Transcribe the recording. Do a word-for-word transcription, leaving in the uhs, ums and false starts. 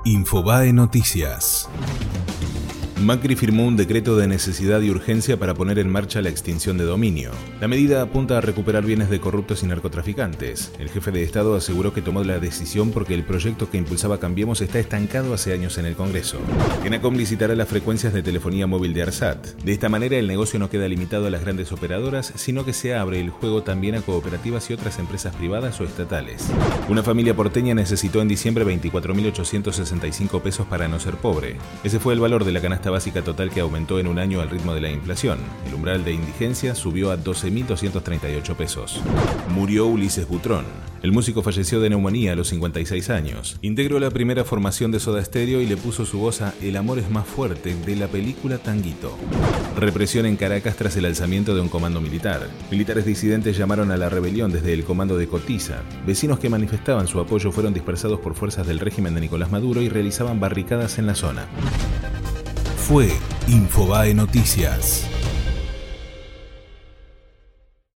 Infobae Noticias. Macri firmó un decreto de necesidad y urgencia para poner en marcha la extinción de dominio. La medida apunta a recuperar bienes de corruptos y narcotraficantes. El jefe de Estado aseguró que tomó la decisión porque el proyecto que impulsaba Cambiemos está estancado hace años en el Congreso. ENACOM licitará las frecuencias de telefonía móvil de ARSAT. De esta manera el negocio no queda limitado a las grandes operadoras, sino que se abre el juego también a cooperativas y otras empresas privadas o estatales. Una familia porteña necesitó en diciembre veinticuatro mil ochocientos sesenta y cinco pesos para no ser pobre. Ese fue el valor de la canasta básica total que aumentó en un año al ritmo de la inflación. El umbral de indigencia subió a doce mil doscientos treinta y ocho pesos. Murió Ulises Butrón. El músico falleció de neumonía a los cincuenta y seis años. Integró la primera formación de Soda Stereo y le puso su voz a El amor es más fuerte de la película Tanguito. Represión en Caracas tras el alzamiento de un comando militar. Militares disidentes llamaron a la rebelión desde el comando de Cotiza. Vecinos que manifestaban su apoyo fueron dispersados por fuerzas del régimen de Nicolás Maduro y realizaban barricadas en la zona. Fue Infobae Noticias.